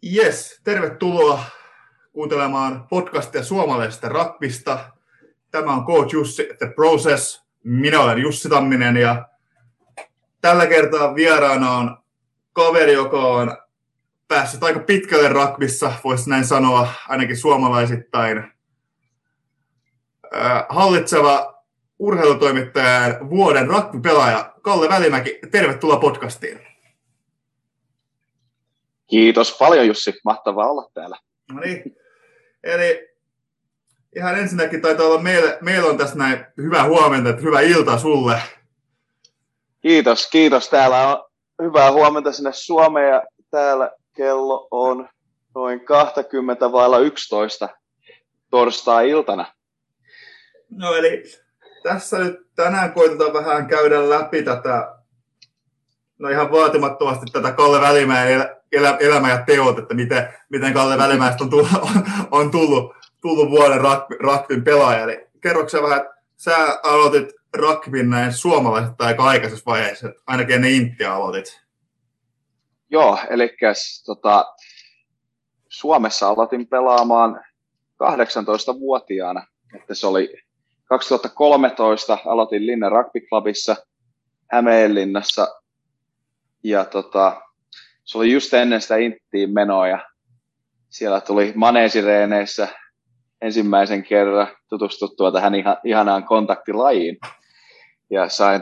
Jes, tervetuloa kuuntelemaan podcastia suomalaisesta rugbysta. Tämä on Coach Jussi The Process. Minä olen Jussi Tamminen ja tällä kertaa vieraana on kaveri, joka on päässyt aika pitkälle rugbyssa, voisi näin sanoa, ainakin suomalaisittain. Hallitseva urheilutoimittajan vuoden rugbypelaaja Kalle Välimäki. Tervetuloa podcastiin. Kiitos paljon, Jussi. Mahtavaa olla täällä. No niin. Eli ihan ensinnäkin taitaa olla meillä on tässä näin hyvää huomenta, että hyvää iltaa sulle. Kiitos. Täällä on hyvää huomenta sinne Suomeen ja täällä kello on noin 20:11 torstai-iltana. No eli tässä nyt tänään koitetaan vähän käydä läpi tätä, no ihan vaatimattomasti tätä Kalle Välimäen elämä ja teot, että miten Kalle Välimäestä on tullut vuoden rugbyn pelaaja. Eli kerroksä vähän, että sä aloitit rugbyn näin suomalaisesta aika aikaisessa vaiheessa, ainakin ennen Inttiä aloitit. Joo, eli Suomessa aloitin pelaamaan 18-vuotiaana, että se oli 2013 aloitin Linnan Rugby Clubissa Hämeenlinnassa ja se oli just ennen sitä Inttiin menoa ja siellä tuli maneesireeneissä ensimmäisen kerran tutustuttua tähän ihanaan kontaktilajiin. Ja sain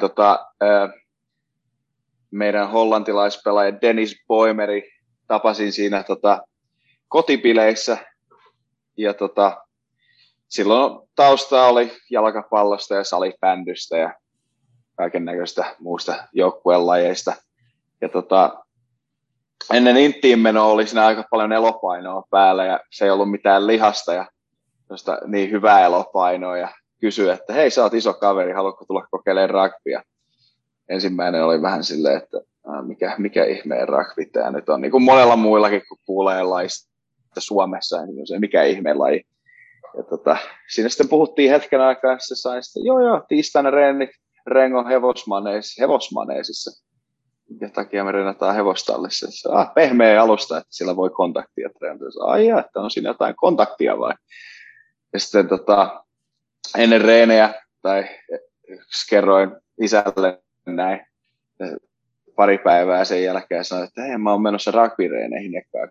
meidän hollantilaispelaaja Dennis Boimeri, tapasin siinä kotipileissä ja silloin taustaa oli jalkapallosta ja salibändystä ja kaiken näköistä muusta joukkuelajeista. Ja ennen Inttiin menoa oli siinä aika paljon elopainoa päällä ja se ei ollut mitään lihasta ja niin hyvää elopainoa ja kysyi, että hei, sä oot iso kaveri, haluatko tulla kokeilemaan rugbya? Ensimmäinen oli vähän silleen, että mikä ihmeen rugby tämä nyt on, niin kuin monella muillakin, kun kuulee laista Suomessa, niin se mikä ihmeen laji. Ja siinä sitten puhuttiin hetken aikaa ja se sai sitten, joo, tiistaina reenit Rengon hevosmaneesissa. Minkä takia me reenataan hevostallissa. Pehmeä alusta, että sillä voi kontaktia treenata. Että on siinä jotain kontaktia vai? Ja sitten ennen reenejä, tai kerroin isälle näin pari päivää sen jälkeen ja sanoin, että hei, mä oon menossa rugby-reeneihin ekaan.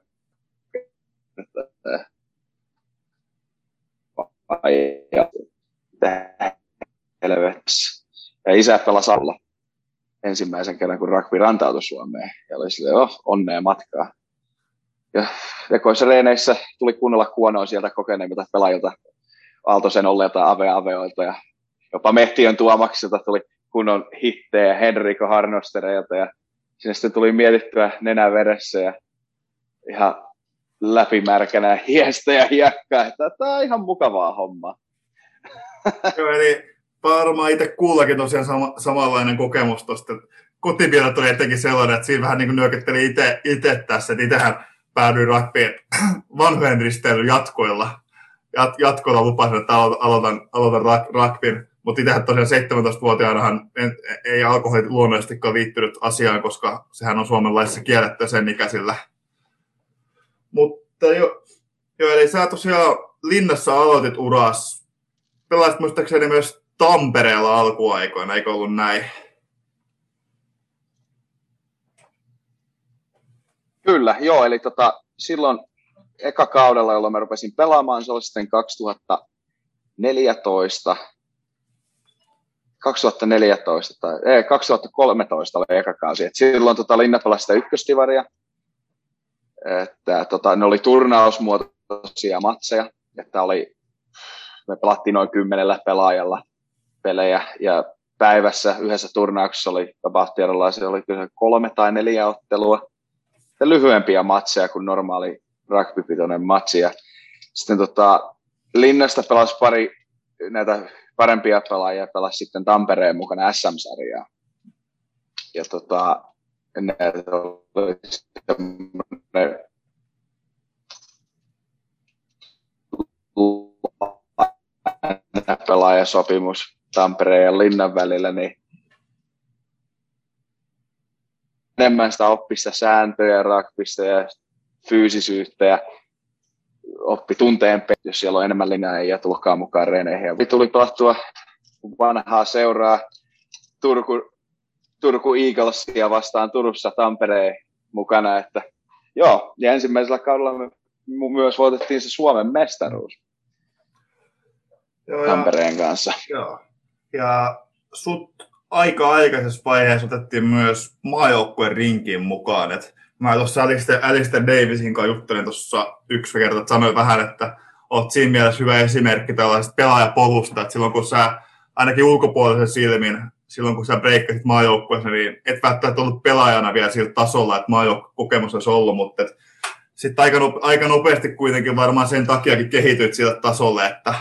Ja isä pelasi alla ensimmäisen kerran, kun rugby rantautui Suomeen. Ja oli silleen, onnea matkaa. Ja ekoissa reeneissä tuli kuunnella kuonoa sieltä kokeneemmilta pelaajilta, Aaltosen olleilta Aveoilta ja jopa Mehtien Tuomaksilta tuli kunnon hittejä Henriko Harnostereilta. Ja sinne sitten tuli mietittyä nenä veressä ja ihan läpimärkänä hiestä ja hiekkaa. Tämä on ihan mukavaa hommaa. Joo, eli varmaan itse kuullakin tosiaan samanlainen kokemus tuosta. Kotipielet oli etenkin sellainen, että siinä vähän niin kuin nyökytteli itse tässä, että itsehän päädyin rugbyin vanhojen risteilyn jatkoilla lupasin, että aloitan rugbyn. Mutta itsehän tosiaan 17-vuotiaanahan ei alkoholi luonnollisestikaan liittynyt asiaan, koska sehän on Suomen laissa kielletty sen ikäisillä. Mutta joo, eli sä tosiaan Linnassa aloitit uras. Pelasit muistaakseni myös Tampereella alkuaikoina, eikö ollut näin? Kyllä, joo, eli silloin eka kaudella, jolloin mä rupesin pelaamaan, se oli sitten 2013 oli eka kausi. Et silloin Linna pelasi sitä ykköstivaria. Ne oli turnausmuotoisia matseja, että me pelattiin noin 10 pelaajalla pelejä ja päivässä yhdessä turnauksessa oli se oli 3 tai 4 ottelua. Ja lyhyempiä matseja kuin normaali rugbypitoinen matsi. Ja sitten Linnasta pelasi pari näitä parempia pelaajia, pelasi sitten Tampereen mukana SM-sarjaa. Ja ne oli semmoinen pelaajasopimus Tampereen ja Linnan välillä, niin enemmän sitä oppista sääntöjä rugbysta ja fyysisyyttä ja oppi tunteen, jos siellä on enemmän linjaa, ei tullutkaan mukaan reeneihin. Ja tuli pelattua vanhaa seuraa Turku Eaglesia vastaan Turussa Tampereen mukana. Että, joo, ja ensimmäisellä kaudella me myös voitettiin se Suomen mestaruus Tampereen kanssa. Joo. Ja sut aikaisessa vaiheessa otettiin myös maajoukkueen rinkiin mukaan. Et mä tuossa Alistair Davisin kanssa juttelin tuossa yksi kerta, että sanoin vähän, että oot siinä mielessä hyvä esimerkki tällaisesta pelaajapolusta, että silloin kun sä ainakin ulkopuolisen silmin, silloin kun sä breikkasit maajoukkueessa, niin et välttämättä ollut pelaajana vielä sillä tasolla, että maajoukkuekokemus olisi ollut, mutta sitten aika nopeasti kuitenkin varmaan sen takiakin kehityit sille tasolle, että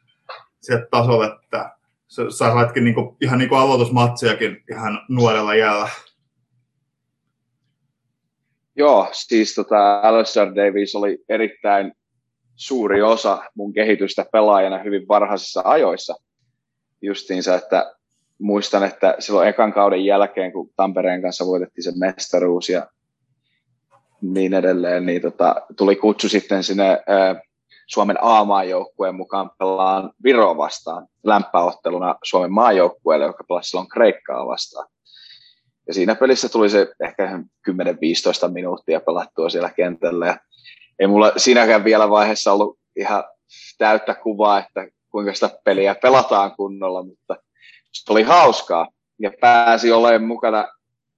sä saitkin ihan niinku aloitusmatsejakin ihan nuorella iällä. Joo, siis Alistair Davies oli erittäin suuri osa mun kehitystä pelaajana hyvin varhaisissa ajoissa. Justiinsa, että muistan, että silloin ekan kauden jälkeen, kun Tampereen kanssa voitettiin se mestaruus ja niin edelleen, niin tuli kutsu sitten sinne Suomen A-maajoukkueen mukaan pelaan Viroa vastaan lämpöotteluna Suomen maajoukkueelle, joka pelasi silloin Kreikkaa vastaan. Ja siinä pelissä tuli se ehkä 10-15 minuuttia pelattua siellä kentällä. Ja ei mulla siinäkään vielä vaiheessa ollut ihan täyttä kuvaa, että kuinka sitä peliä pelataan kunnolla, mutta se oli hauskaa. Ja pääsi olemaan mukana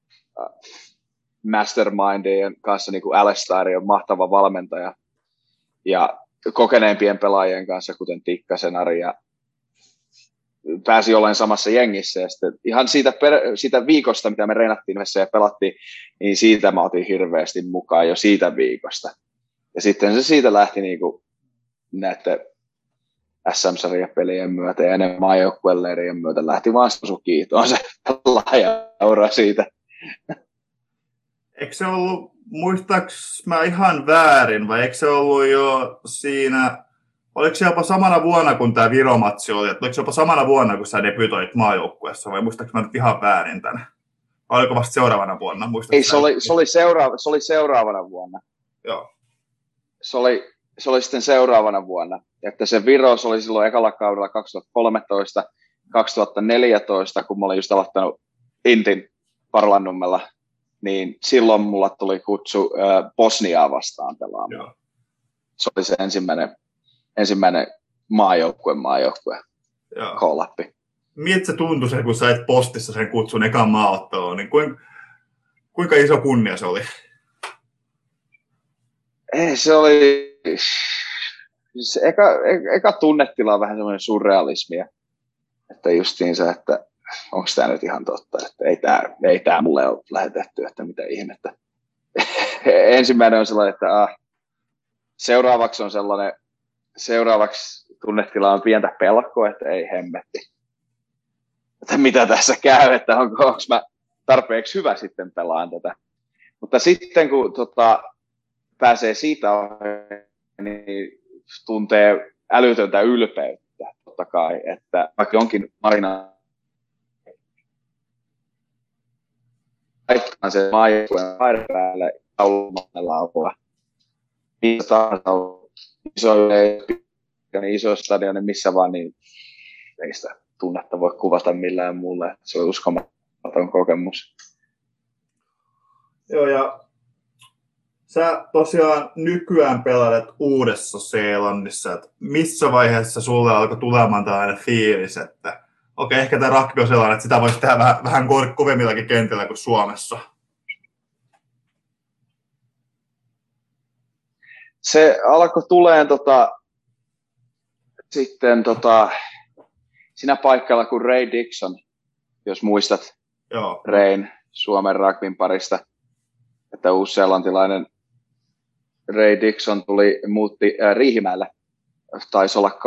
mastermindien kanssa, niin kuin Alistair on mahtava valmentaja. Ja kokeneempien pelaajien kanssa, kuten Tikkasen Ari, ja pääsi olemaan samassa jengissä. Ja sitten ihan siitä viikosta, mitä me reenattiin yhdessä ja pelattiin, niin siitä mä otin hirveästi mukaan jo siitä viikosta. Ja sitten se siitä lähti niin kuin näiden SM-sarjapelien myötä ja ennen maajoukkueleirien myötä lähti vaan kiitoon se pelaajaura siitä. Eikö se ollut, muistaaks mä ihan väärin, vai eikö se ollut jo siinä, oliko se jopa samana vuonna, kun tämä Viro-matsi oli, oliko se jopa samana vuonna, kun sä debytoit maajoukkueessa, vai muistaaks mä nyt ihan väärin tänne? Vai oliko vasta seuraavana vuonna? Ei, se oli seuraavana vuonna. Joo. Se oli sitten seuraavana vuonna. Että se Viro, se oli silloin ekalla kaudella 2013, 2014, kun mä olin just aloittanut Intin Parlannummella, niin silloin mulla tuli kutsu Bosniaa vastaan pelaamaan. Joo. Se oli se ensimmäinen maajoukkue call-up. Miltä se tuntui se, kun sait postissa sen kutsun ekan maaotteluun, niin kuinka iso kunnia se oli? Se oli... Se eka tunnetila on vähän semmoinen surrealismia, että justiinsa, että onko tämä nyt ihan totta, että ei tämä mulle ole lähetetty, että mitä ihmettä. Ensimmäinen on sellainen, että seuraavaksi tunnetila on pientä pelkoa, että ei hemmetti. Että mitä tässä käy, että onko mä tarpeeksi hyvä sitten pelaan tätä. Mutta sitten kun pääsee siitä ohi, niin tuntee älytöntä ylpeyttä, totta kai, että vaikka onkin Marina laittaa sen maajoukkueen päälle taulumalla missä tahansa iso stadion, missä vaan, niin ei sitä tunnetta voi kuvata millään muulle. Se on uskomaton kokemus. Joo, ja sä tosiaan nykyään pelailet Uudessa-Seelannissa, että missä vaiheessa sulle alkoi tulemaan tällainen fiilis, että okei, ehkä tämä rugby on sellainen, että sitä voisi tehdä vähän kovemmillakin kentillä kuin Suomessa? Se alkoi tuleen sitten siinä paikalla kuin Ray Dixon, jos muistat. Joo. Rayn Suomen rugbyn parista, että uusseelantilainen Ray Dixon muutti Riihimäelle. Taisi olla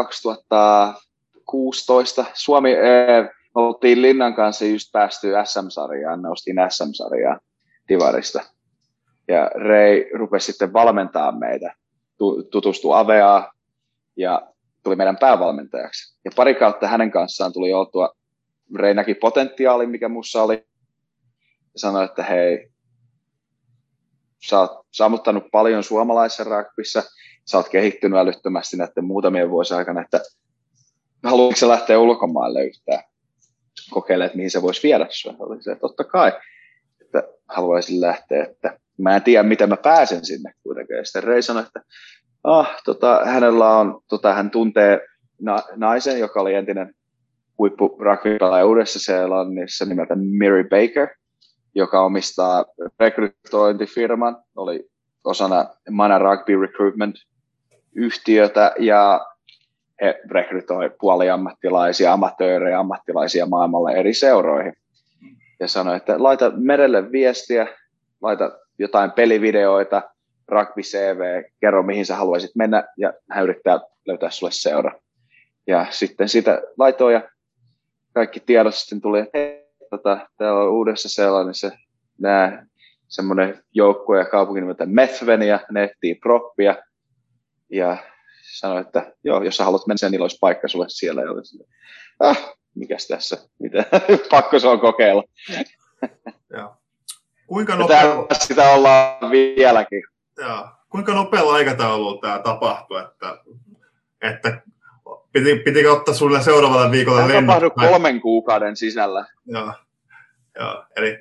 2016. Suomi oltiin Linnan kanssa just päästy SM-sarjaan, noustiin SM-sarjaan Divarista. Ja Ray rupesi sitten valmentaa meitä, tutustui Aveaan ja tuli meidän päävalmentajaksi. Ja pari kautta hänen kanssaan tuli oltua, Ray näki potentiaalin, mikä mussa oli, ja sanoi, että hei, sä oot saavuttanut paljon suomalaisessa rugbyssa, sä oot kehittynyt älyttömästi näiden muutamien vuosien aikana, että haluatko sä lähteä ulkomaille yhtään kokeilemaan, että mihin se voisi viedä sua? Oli se, että totta kai, että haluaisin lähteä, että mä en tiedä, miten mä pääsen sinne kuitenkin. Ja sitten Ray sanoi, että hänellä on, hän tuntee naisen, joka oli entinen huippu rugby-pelaaja Uudessa-Seelannissa nimeltä Mary Baker, joka omistaa rekrytointifirman, oli osana Mana Rugby Recruitment-yhtiötä, ja he rekrytoi puoliammattilaisia, amatöörejä, ammattilaisia maailmalle eri seuroihin. Ja sanoi, että laita merelle viestiä, laita jotain pelivideoita, rugby CV, kerro mihin sä haluaisit mennä, ja hän yrittää löytää sulle seura. Ja sitten sitä laitoin, ja kaikki tiedot sitten tuli, että hei, täällä on Uudessa-Seelannissa semmoinen joukkue ja kaupunki nimeltä Methven, ja ne etsii proppia. Ja sanoi, että joo, jos sä haluat mennä, niin olisi paikka sulle siellä. Ja oli sille, mikäs tässä, mitä? Pakko se on kokeilla. Ja. Kuinka nopealla sitä ollaan vieläkin. Ja. Kuinka nopealla aikataululla tämä tapahtui, että pitikö ottaa sulle seuraavalla viikolla lennot? Tämä tapahtui 3 kuukauden sisällä. Joo, eli...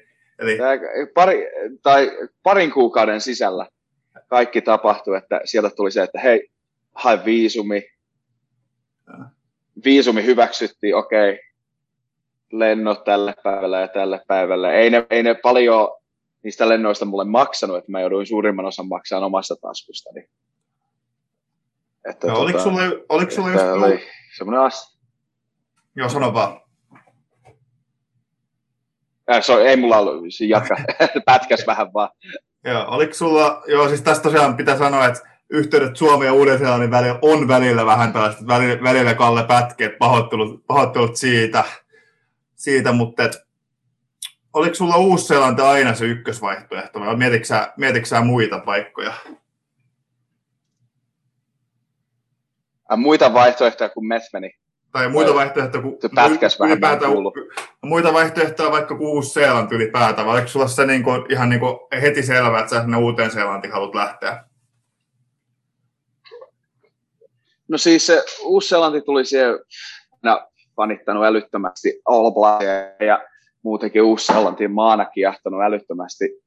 parin kuukauden sisällä kaikki tapahtui, että sieltä tuli se, että hei, hae viisumi. Viisumi hyväksyttiin, okei, lennot tälle päivälle ja tälle päivälle. Ei ne paljon niistä lennoista mulle maksanut, että mä jouduin suurimman osan maksamaan omasta taskustani. Että oliko sulle oli semmoinen asia? Joo, sano vaan. Ei mulla ollut, jatka, pätkäs vähän vaan. Joo, oliko sulla, siis tästä tosiaan pitää sanoa, että yhteydet Suomen ja Uuden-Seelannin välillä on välillä vähän tällaista, välillä Kalle pätkeet, pahoittelut siitä, mutta oliko sulla Uusi-Seelanti aina se ykkösvaihtoehto, vai mietitkö sä muita paikkoja? Muita vaihtoehtoja kuin Methveni? Tai muita vaihtoehtoja kuin muita vaihtoehtoja vaikka kuin Uusi-Seelanti ylipäätään, vai oliko sulla se ihan heti selvää, että sä sinne Uuteen-Seelantiin haluat lähteä? No siis se Uusi-Seelanti tuli siellä panittanut älyttömästi All Blackia ja muutenkin Uusi-Seelantiin maana kiahtanut älyttömästi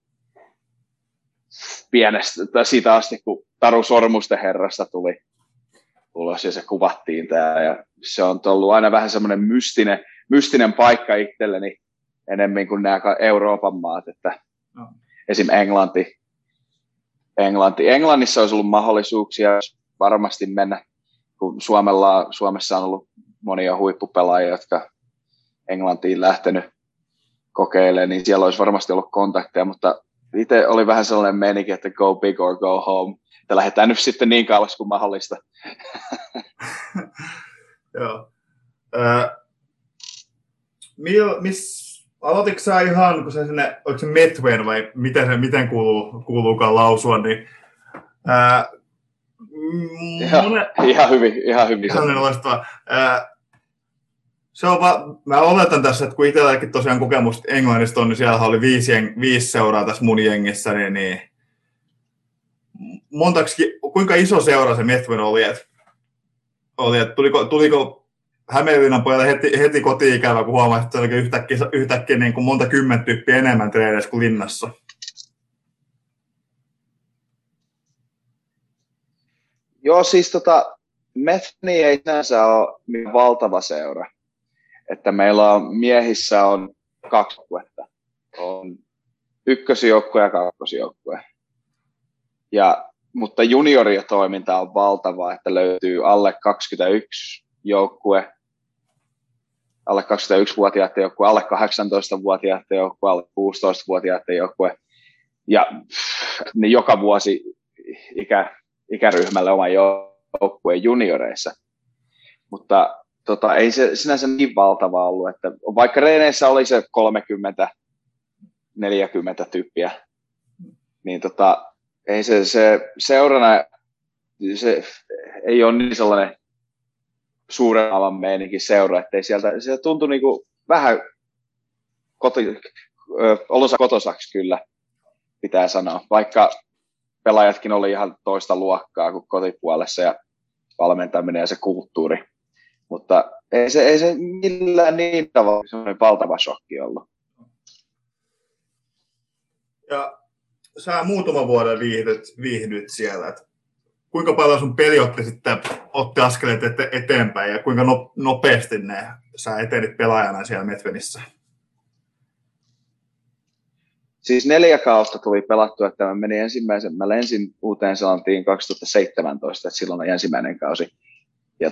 pienestä, siitä asti kun Taru Sormusten herrasta tuli ulos ja se kuvattiin tää ja se on ollut aina vähän semmoinen mystinen paikka itselleni enemmän kuin nämä Euroopan maat, että esim. Englannissa olisi ollut mahdollisuuksia varmasti mennä, kun Suomessa on ollut monia huippupelaajia, jotka Englantiin lähtenyt kokeilemaan, niin siellä olisi varmasti ollut kontakteja, mutta itse oli vähän sellainen meininki, että go big or go home, että lähdetään nyt sitten niin kauas kuin mahdollista. Joo. Aloititko sä ihan, kun sä sinne, oliko se Methven vai miten kuuluukaan lausua, niin ihan hyvin. Ihan loistavaa. Mä oletan tässä, että kun itselläkin tosiaan kokemusta Englannista on, niin siellä oli 5 seuraa tässä mun jengissä, niin kuinka iso seura se Methven oli, että tuliko Hämeenlinnan pojalle heti koti-ikävä, kun huomasit, että se oli yhtäkkiä niin kuin monta 10 tyyppiä enemmän treeneissä kuin linnassa? Joo, siis Methveni ei sinänsä ole valtava seura. Että meillä on miehissä on 2 joukkuetta. On ykkösjoukkue ja kakkosjoukkue. Mutta junioritoiminta on valtava, että löytyy alle 21 joukkue, alle 21-vuotiaiden joukkue, alle 18-vuotiaiden joukkue, alle 16-vuotiaiden joukkue. Ja ne joka vuosi ikäryhmälle oman joukkueen junioreissa. Mutta ei se sinänsä niin valtava ollut, että vaikka reeneissä oli se 30-40 tyyppiä, niin ei se seurana, se ei ole niin sellainen suuremman meininkin seura, ettei sieltä tuntui niinku vähän olonsa kotosaksi kyllä. pitää sanoa. Vaikka pelaajatkin oli ihan toista luokkaa kuin kotipuolessa ja valmentaminen ja se kulttuuri. Mutta ei se millään niin tavalla semmoinen valtava shokki ollut. Ja sä muutaman vuoden viihdyt siellä. Et kuinka paljon sun peli otti askeleet eteenpäin ja kuinka nopeasti sä etenit pelaajana siellä Medvenissä? Siis 4 kautta tuli pelattua, että mä lensin Uuteen-Seelantiin 2017, että silloin oli ensimmäinen kausi. Ja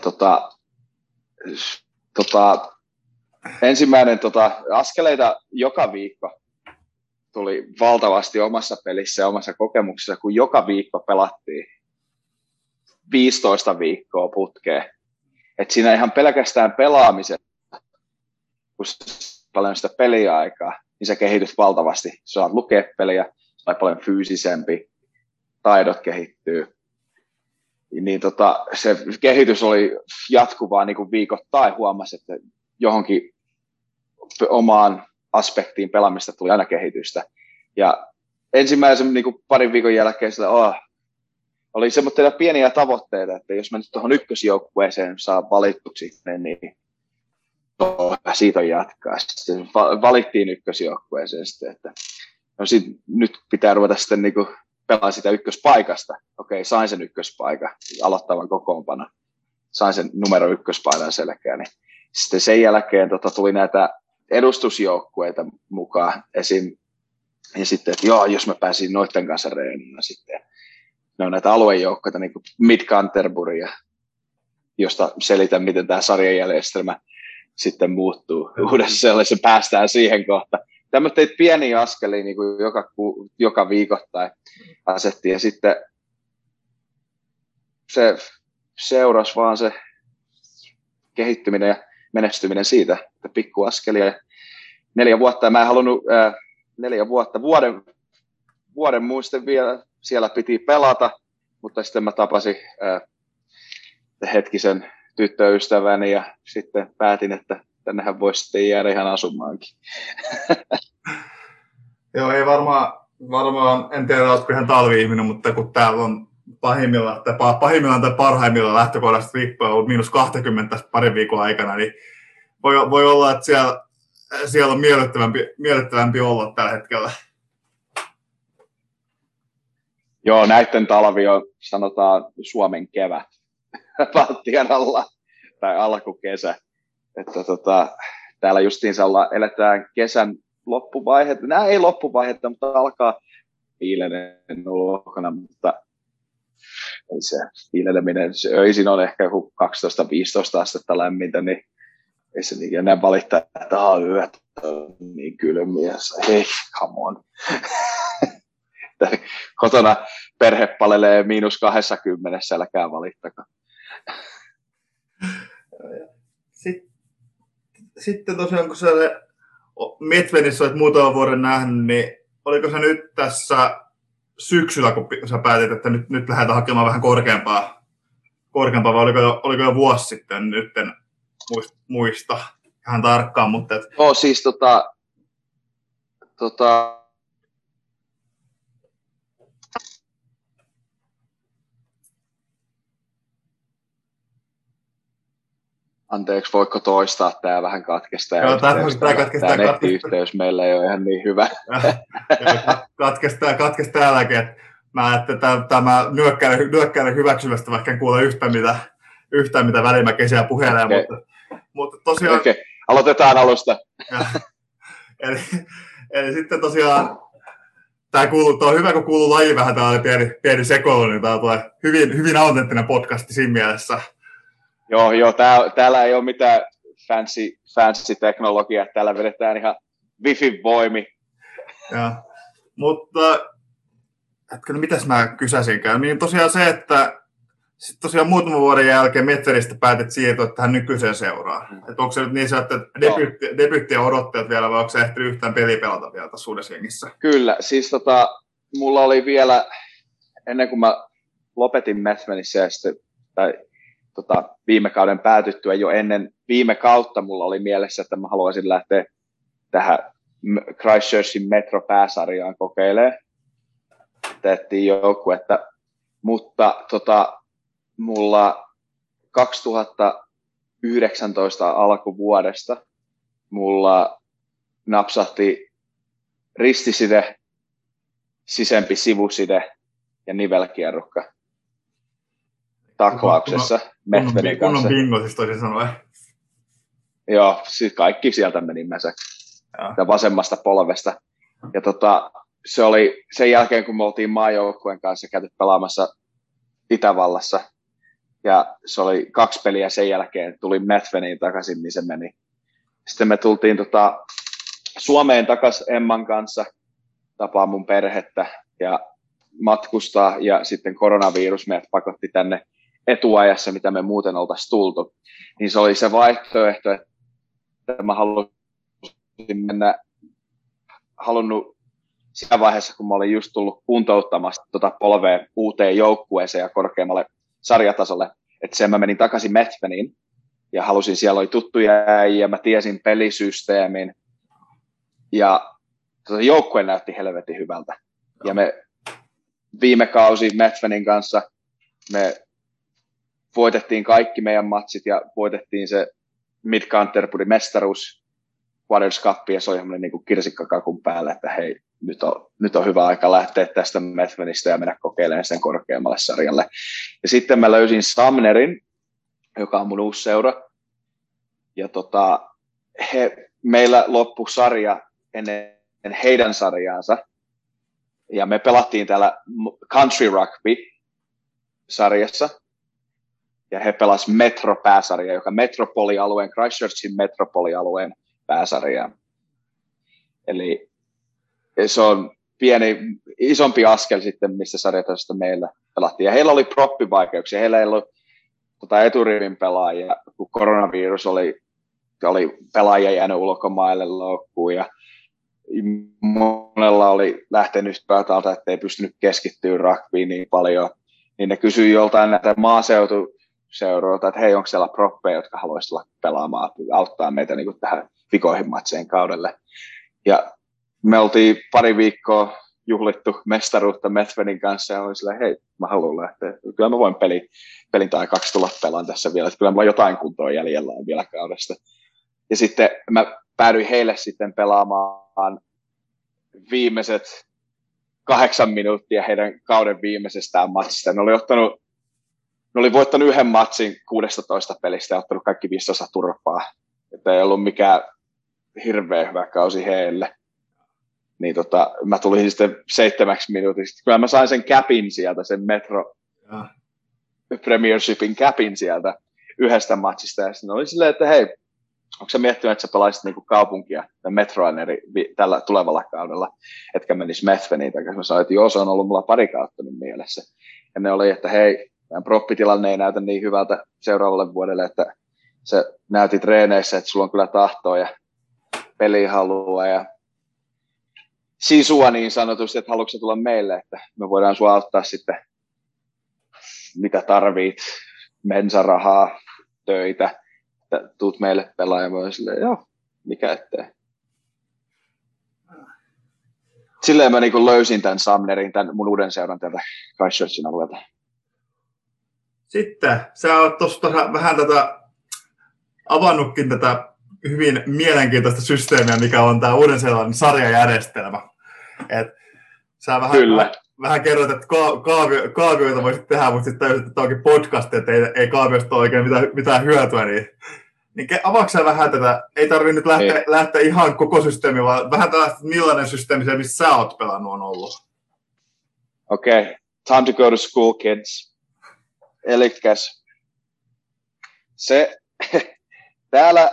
ensimmäinen askeleita joka viikko tuli valtavasti omassa pelissä ja omassa kokemuksessa, kun joka viikko pelattiin 15 viikkoa putkeen. Et siinä ihan pelkästään pelaamisen, kun paljon sitä peliaikaa, niin sä kehityt valtavasti. Sä saat lukea peliä, sä paljon fyysisempi, taidot kehittyy. Niin se kehitys oli jatkuvaa niin kuin viikoittain, huomasi, että johonkin omaan aspektiin pelaamista tuli aina kehitystä. Ja ensimmäisen niin kuin parin viikon jälkeen oli semmoisia pieniä tavoitteita, että jos mä nyt tuohon ykkösjoukkueeseen saa valittuksi, niin siitä on jatkaa. Sitten valittiin ykkösjoukkueeseen sitten, että nyt pitää ruveta sitten niin kuin pelaa sitä ykköspaikasta. Okei, sain sen ykköspaikan, aloittavan kokoonpano. Sain sen numero ykköspaikan selkään. Niin sitten sen jälkeen tuli näitä edustusjoukkueita mukaan esim. Ja sitten, että jos mä pääsin noiden kanssa reeniin, sitten ne on näitä aluejoukkoita, niin kuin Mid-Canterbury, josta selitän, miten tämä sarjajärjestelmä sitten muuttuu. Uudessa sellaisessa päästään siihen kohtaan. Tämmöitä teit pieniä askelia niin kuin joka viikoittain asettiin, ja sitten se seurasi vaan se kehittyminen ja menestyminen siitä, että pikkuaskelia. 4 vuotta, ja mä en halunnut 4 vuotta, vuoden muisten vielä siellä piti pelata, mutta sitten mä tapasin hetkisen tyttöystäväni ja sitten päätin, että tännehän voisi sitten jäädä ihan asumaankin. Joo, ei varmaan, en tiedä, oletko ihan talvi-ihminen, mutta kun täällä on pahimmillaan tai parhaimmillaan lähtökohdasta riippuen ollut -20 parin viikon aikana, niin voi olla, että siellä on miellyttävämpi olla tällä hetkellä. Joo, näiden talvi on, sanotaan, Suomen kevät Baltian alla, tai alkukesä. Että täällä justiinsa eletään kesän loppuvaiheita. Nämä ei loppuvaiheita, mutta alkaa viileinen ulkona, mutta ei se viileneminen, öisin on ehkä 12-15 astetta lämmintä, niin ei se niin enää valittaa, että yöt on niin kylmiä. Hei, come on. Kotona perhe palelee -20, älkää valittakaa. Sitten tosiaan, kun sä Medvenissä olet muutaman vuoden nähnyt, niin oliko se nyt tässä syksyllä, kun sä päätit, että nyt lähdetään hakemaan vähän korkeampaa vai oliko jo vuosi sitten, nyt en muista ihan tarkkaan, mutta... No siis Anteeksi, voiko toistaa? Tämä vähän katkestaa. Joo, tämä nettiyhteys meillä ei ole ihan niin hyvä. Katkesi täälläkin. Mä ajattelin, että tämä nyökkäilen hyväksymästä, vaikka en kuule yhtään mitä Välimäki siellä puhelee. Okay. Mutta tosiaan... Okay. Aloitetaan alusta. Eli sitten tosiaan, tämä on hyvä, kun kuuluu laji vähän tällainen pieni sekoilu, niin tämä tulee hyvin autenttinen podcasti siinä mielessä. Joo, täällä ei ole mitään fancy teknologiaa, täällä vedetään ihan Wi-Fi voimi. Ja, mutta mitäs mä kysäsinkään? Niin tosiaan se, että sitten tosiaan muutaman vuoden jälkeen Medvenistä päätit siirtyä tähän nykyiseen seuraan. Että onko se nyt niin, että debyyttiä odottajat vielä, vai onko se ehtinyt yhtään peliä pelata vielä tässä uudessa jengissä? Kyllä, siis mulla oli vielä, ennen kuin mä lopetin Medvenissä ja sitten, viime kauden päätyttyä jo ennen viime kautta mulla oli mielessä, että mä haluaisin lähteä tähän Christchurchin Metro-pääsarjaan kokeilemaan. teettiin joukkuetta, mutta mulla 2019 alkuvuodesta mulla napsahti ristiside, sisempi sivuside ja nivelkierrukka taklauksessa Medvedin kanssa. Kunnon bingo siis toisin sanoen. Joo, siis kaikki sieltä meni vasemmasta polvesta. Ja se oli sen jälkeen, kun me oltiin maajoukkueen kanssa käyty pelaamassa Itävallassa. Ja se oli 2 peliä sen jälkeen, tuli Medvediin takaisin, niin se meni. Sitten me tultiin Suomeen takaisin Emman kanssa, tapaa mun perhettä ja matkustaa. Ja sitten koronavirus meidät pakotti tänne etuajassa, mitä me muuten oltaisiin tultu. Niin se oli se vaihtoehto, että mä halunnut siinä vaiheessa, kun mä olin just tullut kuntouttamassa polvea uuteen joukkueeseen ja korkeammalle sarjatasolle, että sen mä menin takaisin Medvediin ja halusin, siellä oli tuttuja äijä, mä tiesin pelisysteemin ja joukkue näytti helvetin hyvältä. Ja me viime kausi Medvedin kanssa me voitettiin kaikki meidän matsit ja voitettiin se Mid-Canterbury mestaruus Waters Cup, ja se oli niin kuin kirsikkakakun päällä, että hei, nyt on hyvä aika lähteä tästä Medvedistä ja mennä kokeilemaan sen korkeammalle sarjalle. Ja sitten mä löysin Sumnerin, joka on mun uusi seura, ja meillä loppui sarja ennen heidän sarjaansa, ja me pelattiin täällä Country Rugby-sarjassa, ja he pelasivat Metro-pääsarja, joka Metropolialueen, Christchurchin Metropolialueen pääsarja. Eli se on isompi askel sitten, missä sarjatasosta meillä pelattiin. Ja heillä oli proppivaikeuksia, heillä ei ollut eturivin pelaajia, kun koronavirus oli pelaajia jäänyt ulkomaille loukkuun, ja monella oli lähtenyt pöytältä, ettei pystynyt keskittyä rugbyin niin paljon, niin ne kysyi joltain näitä maaseutuseuroilta, että hei, onko siellä proppeja, jotka haluaisivat olla pelaamaan, auttaa meitä niin kuin tähän vikoihin matseen kaudelle. Ja me oltiin pari viikkoa juhlittu mestaruutta Medvedin kanssa, ja olin silleen, hei, mä haluan lähteä. Kyllä mä voin pelin tai 2 tulla pelaan tässä vielä, että kyllä mulla jotain kuntoa jäljellä on vielä kaudesta. Ja sitten mä päädyin heille sitten pelaamaan viimeiset 8 minuuttia heidän kauden viimeisestään matsista. Ne oli voittanut 1 matsin 16 pelistä ja ottanut kaikki 15 turpaa. Että ei ollut mikään hirveän hyvä kausi heille. Niin mä tulin sitten 7 minuutista. Kyllä mä sain sen capin sieltä, sen Metro Premiershipin capin sieltä yhdestä matsista. Ja sitten oli silleen, että hei, onko sä miettinyt, että sä pelaisit niinku kaupunkia ja Metroa tällä tulevalla kaudella, etkä menisi Medvediin takaisin? Mä sanoin, että joo, se on ollut mulla pari kautta nyt mielessä. Ja ne oli, että hei, tämän proppitilanne ei näytä niin hyvältä seuraavalle vuodelle, että sä näytit treeneissä, että sulla on kyllä tahtoa ja pelihalua ja sisua niin sanotusti, että haluatko tulla meille, että me voidaan sua auttaa sitten, mitä tarvit, mensarahaa, töitä, että tuut meille pelaamaan silleen, joo, mikä ettei. Silleen mä niin löysin tämän Sumnerin, tämän mun uuden seuran täältä Christchurchin alueelta. Sitten, sä oot tuossa vähän avannutkin tätä hyvin mielenkiintoista systeemiä, mikä on tämä Uuden-Seelannin sarjajärjestelmä. Et sä vähän kerroit, että kaavioita voisit tehdä, mutta sitten täysin, että tämä onkin podcast, että ei kaaviosta ole oikein mitään hyötyä. Niin avaatko sä vähän tätä, ei tarvitse nyt lähteä ihan koko systeemi, vaan vähän tällaista, millainen systeemi se, missä sä oot pelannut, on ollut. Okay, time to go to school, kids. Elikkäs se täällä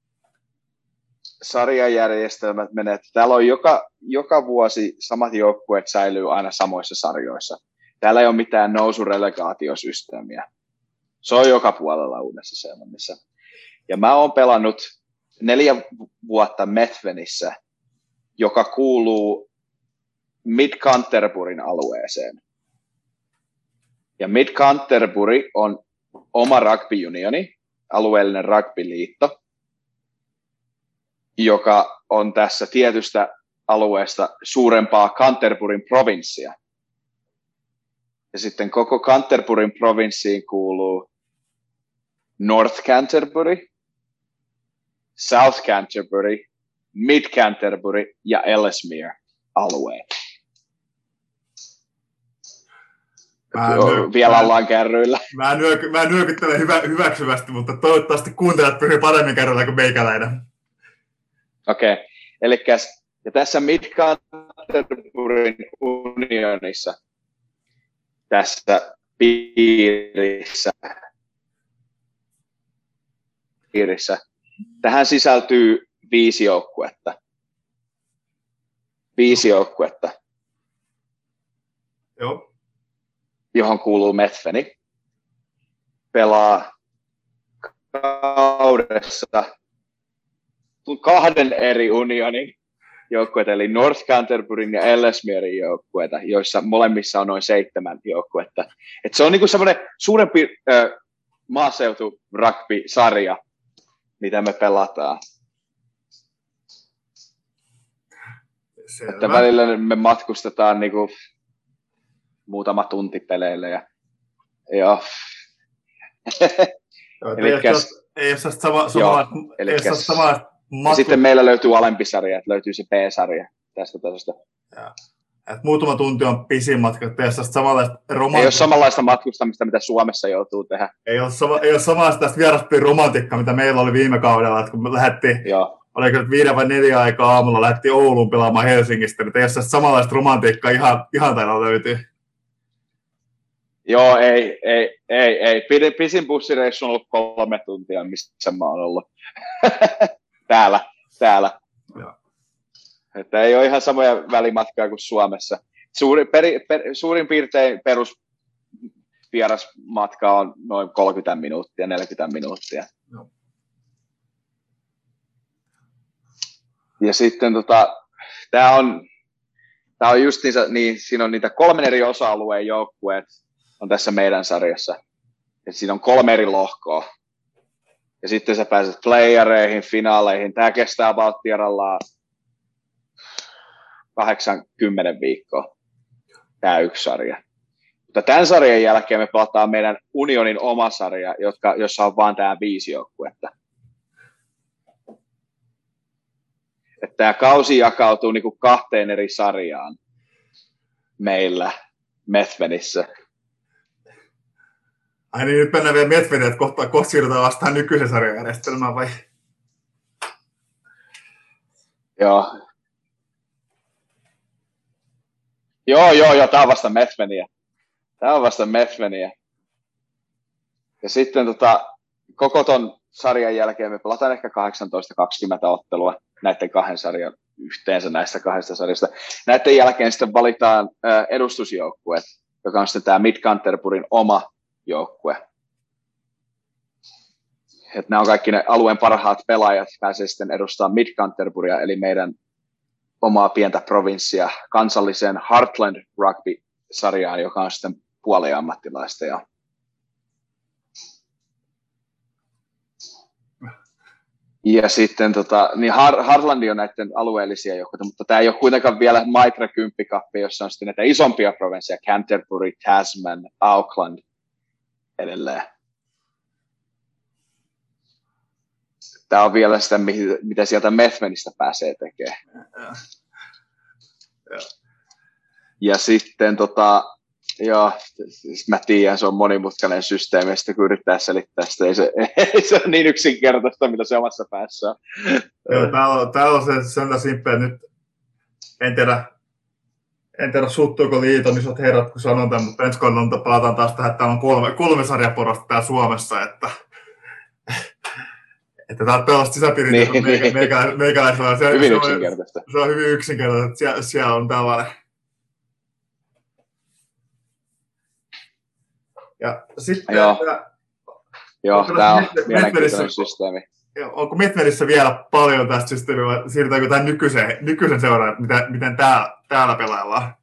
sarjajärjestelmät menee, että täällä on joka vuosi samat joukkueet säilyy aina samoissa sarjoissa. Täällä ei ole mitään nousurelegaatiosysteemiä. Se on joka puolella Uudessa-Seelannissa. Ja mä oon pelannut 4 vuotta Medvedissä, joka kuuluu Mid-Canterburyn alueeseen. Ja Mid-Canterbury on oma rugby-unioni, alueellinen rugbyliitto, joka on tässä tietystä alueesta suurempaa Canterburyn provinssia. Ja sitten koko Canterburyn provinssiin kuuluu North Canterbury, South Canterbury, Mid Canterbury ja Ellesmere alueet. Vielä ollaan kärryillä. Mä nyökyttelen hyväksyvästi, mutta toivottavasti kuuntelijat pysyy paremmin kärryillä kuin meikäläinen. Okei. Elikkäs, ja tässä Mid Canterburyn unionissa, tässä piirissä, tähän sisältyy 5 joukkuetta. 5 joukkuetta. Joo. Johon kuuluu Methveni, pelaa kaudessa 2 eri unionin joukkueita, eli North Canterburyn ja Ellesmerin joukkueita, joissa molemmissa on noin 7 joukkuetta. Et se on niinku semmoinen suurempi maaseutu rugby-sarja, mitä me pelataan. Selvä. Että välillä me matkustetaan niinku muutama tunti peleille ja joo. Ei ole samanlaista ja sitten meillä löytyy alempi sarja, että löytyy se B-sarja tästä tasosta. Muutama tunti on pisin matka, että ei ole samanlaista matkustamista, mitä Suomessa joutuu tehdä. Ei ole samanlaista tästä vieraspelin romantiikkaa, mitä meillä oli viime kaudella, että kun me lähdettiin, oliko nyt 5 vai 4 aikaa aamulla, lähdettiin Ouluun pelaamaan Helsingistä, niin ei ole samanlaista romantiikkaa ihan täällä löytyy. Joo, ei. Pisin bussireissu on ollut 3 tuntia, missä mä oon ollut. täällä. Joo. Että ei ole ihan samoja välimatkaa kuin Suomessa. Suurin piirtein perusvierasmatka on noin 30 minuuttia, 40 minuuttia. Joo. Ja sitten tää on justiinsa, niin siinä on niitä 3 eri osa-alueen joukkueet on tässä meidän sarjassa. Ja siinä on 3 eri lohkoa. Ja sitten sä pääset playereihin, finaaleihin. Tää kestää about tierallaan 80 viikkoa. Tää yksi sarja. Mutta tämän sarjan jälkeen me pelataan meidän unionin oma sarja, jossa on vaan tää 5 joukkuetta. Että tämä kausi jakautuu niinku 2 eri sarjaan meillä Methvenissä. Ai niin, nyt mennään vielä Methveniin, että kohta siirrytään vastaan nykyisen sarjajärjestelmään vai? Joo, tää on vasta Methveniä. Ja sitten koko ton sarjan jälkeen me pelataan ehkä 18-20 ottelua näiden 2 sarjan yhteensä näistä 2 sarjasta. Näiden jälkeen sitten valitaan edustusjoukkueet, joka on sitten tämä Mid Canterburyn oma joukkue. Että nämä on kaikki ne alueen parhaat pelaajat, pääsee sitten edustamaan Mid Canterburya, eli meidän omaa pientä provinssia kansalliseen Heartland Rugby-sarjaan, joka on sitten puoliammattilaista. Ja sitten niin Heartland on näiden alueellisia joukkoja, mutta tämä ei ole kuitenkaan vielä Mitra 10 Cup, jossa on sitten näitä isompia provinsseja, Canterbury, Tasman, Auckland edelleen. Tämä on vielä sitä, mitä sieltä Methvenistä pääsee tekemään. Ja sitten mä tiedän, se on monimutkainen systeemi, sitten kun yrittää selittää sitä, ei se ole niin yksinkertaista, mitä se omassa päässä on. Joo, täällä on se sen simppejä, nyt en tiedä suuttuuko liiton isot herrat, kun sanon tämän, mutta ensi kohdalla palataan taas tähän, että täällä on 3 sarjaporosta täällä Suomessa, että tää on tällaista sisäpiiriä, meikäläisellä. Hyvin yksinkertaista. Se on hyvin yksinkertaista, että siellä on tällainen. Ja sitten... Joo, tämä on mielenkiintoinen systeemi. Onko Methvenissä vielä paljon tästä systeemiä, vai siirrytäänkö tämän nykyisen seuraan, miten täällä pelaillaan?